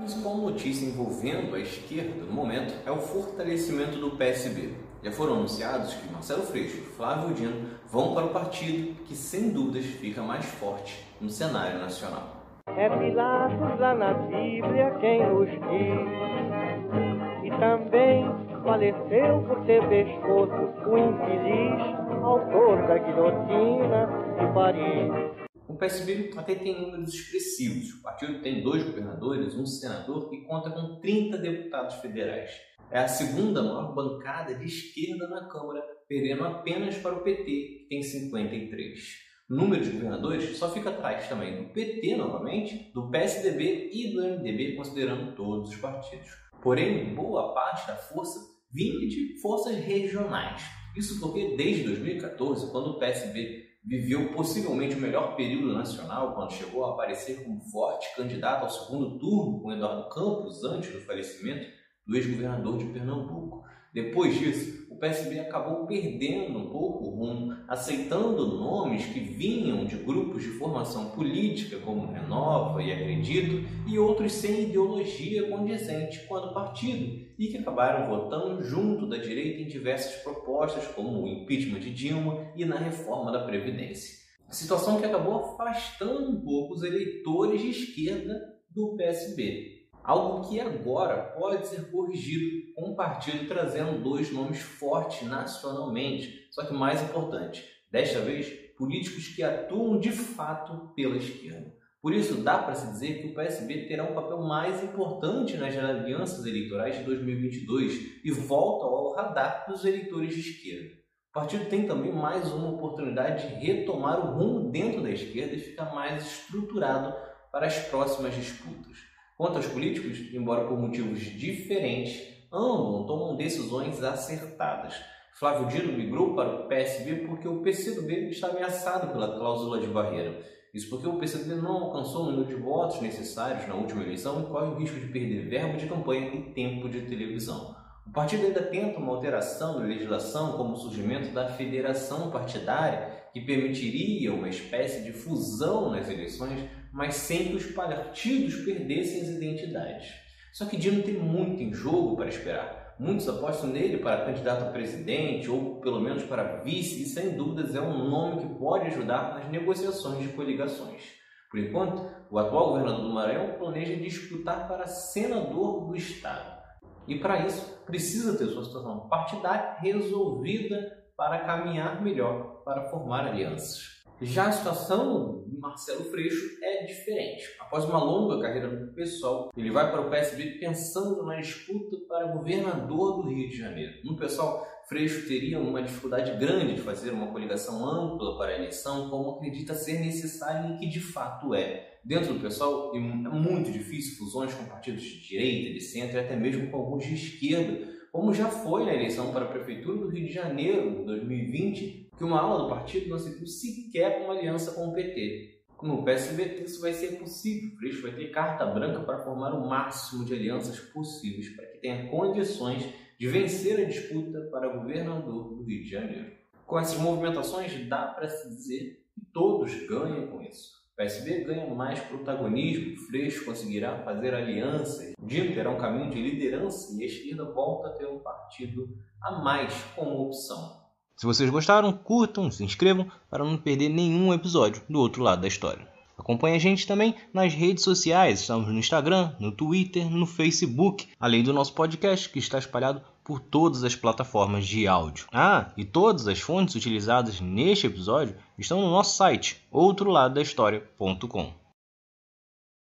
principal notícia envolvendo a esquerda no momento é o fortalecimento do PSB. Já foram anunciados que Marcelo Freixo e Flávio Dino vão para o partido que, sem dúvidas, fica mais forte no cenário nacional. É Pilatos lá na Bíblia quem nos diz, e também faleceu por ter pescoço o infeliz autor da guilhotina de Paris. O PSB até tem números expressivos. O partido tem 2 governadores, 1 senador e conta com 30 deputados federais. É a segunda maior bancada de esquerda na Câmara, perdendo apenas para o PT, que tem 53. O número de governadores só fica atrás também do PT, novamente, do PSDB e do MDB, considerando todos os partidos. Porém, boa parte da força vinha de forças regionais. Isso porque desde 2014, quando o PSB viveu possivelmente o melhor período nacional, quando chegou a aparecer como forte candidato ao segundo turno com Eduardo Campos, antes do falecimento do ex-governador de Pernambuco. Depois disso, o PSB acabou perdendo um pouco o rumo, aceitando nomes que vinham de grupos de formação política, como Renova e Acredito, e outros sem ideologia condizente com a do partido, e que acabaram votando junto da direita em diversas propostas, como o impeachment de Dilma e na reforma da Previdência. Situação que acabou afastando um pouco os eleitores de esquerda do PSB. Algo que agora pode ser corrigido com o partido trazendo 2 nomes fortes nacionalmente, só que mais importante, desta vez, políticos que atuam de fato pela esquerda. Por isso, dá para se dizer que o PSB terá um papel mais importante nas alianças eleitorais de 2022 e volta ao radar dos eleitores de esquerda. O partido tem também mais uma oportunidade de retomar o rumo dentro da esquerda e ficar mais estruturado para as próximas disputas. Quanto aos políticos, embora por motivos diferentes, ambos tomam decisões acertadas. Flávio Dino migrou para o PSB porque o PCdoB está ameaçado pela cláusula de barreira. Isso porque o PCdoB não alcançou o número de votos necessários na última eleição e corre o risco de perder verba de campanha e tempo de televisão. O partido ainda tenta uma alteração na legislação, como o surgimento da federação partidária, que permitiria uma espécie de fusão nas eleições, mas sem que os partidos perdessem as identidades. Só que Dino tem muito em jogo para esperar. Muitos apostam nele para candidato a presidente ou pelo menos para vice, e sem dúvidas é um nome que pode ajudar nas negociações de coligações. Por enquanto, o atual governador do Maranhão planeja disputar para senador do estado. E para isso, precisa ter sua situação partidária resolvida para caminhar melhor para formar alianças. Já a situação de Marcelo Freixo é diferente. Após uma longa carreira no PSOL, ele vai para o PSB pensando na disputa para governador do Rio de Janeiro. No PSOL, Freixo teria uma dificuldade grande de fazer uma coligação ampla para a eleição, como acredita ser necessário e que de fato é. Dentro do PSOL, é muito difícil fusões com partidos de direita, de centro e até mesmo com alguns de esquerda, como já foi na eleição para a Prefeitura do Rio de Janeiro, em 2020, que uma ala do partido não seguiu sequer uma aliança com o PT. No PSB, isso vai ser possível. Freixo vai ter carta branca para formar o máximo de alianças possíveis para que tenha condições de vencer a disputa para governador do Rio de Janeiro. Com essas movimentações, dá para se dizer que todos ganham com isso. O PSB ganha mais protagonismo, Freixo conseguirá fazer alianças, Dino terá um caminho de liderança e a esquerda volta a ter um partido a mais como opção. Se vocês gostaram, curtam, se inscrevam para não perder nenhum episódio do outro lado da história. Acompanhe a gente também nas redes sociais, estamos no Instagram, no Twitter, no Facebook, além do nosso podcast que está espalhado por todas as plataformas de áudio. E todas as fontes utilizadas neste episódio estão no nosso site, outroladodahistoria.com.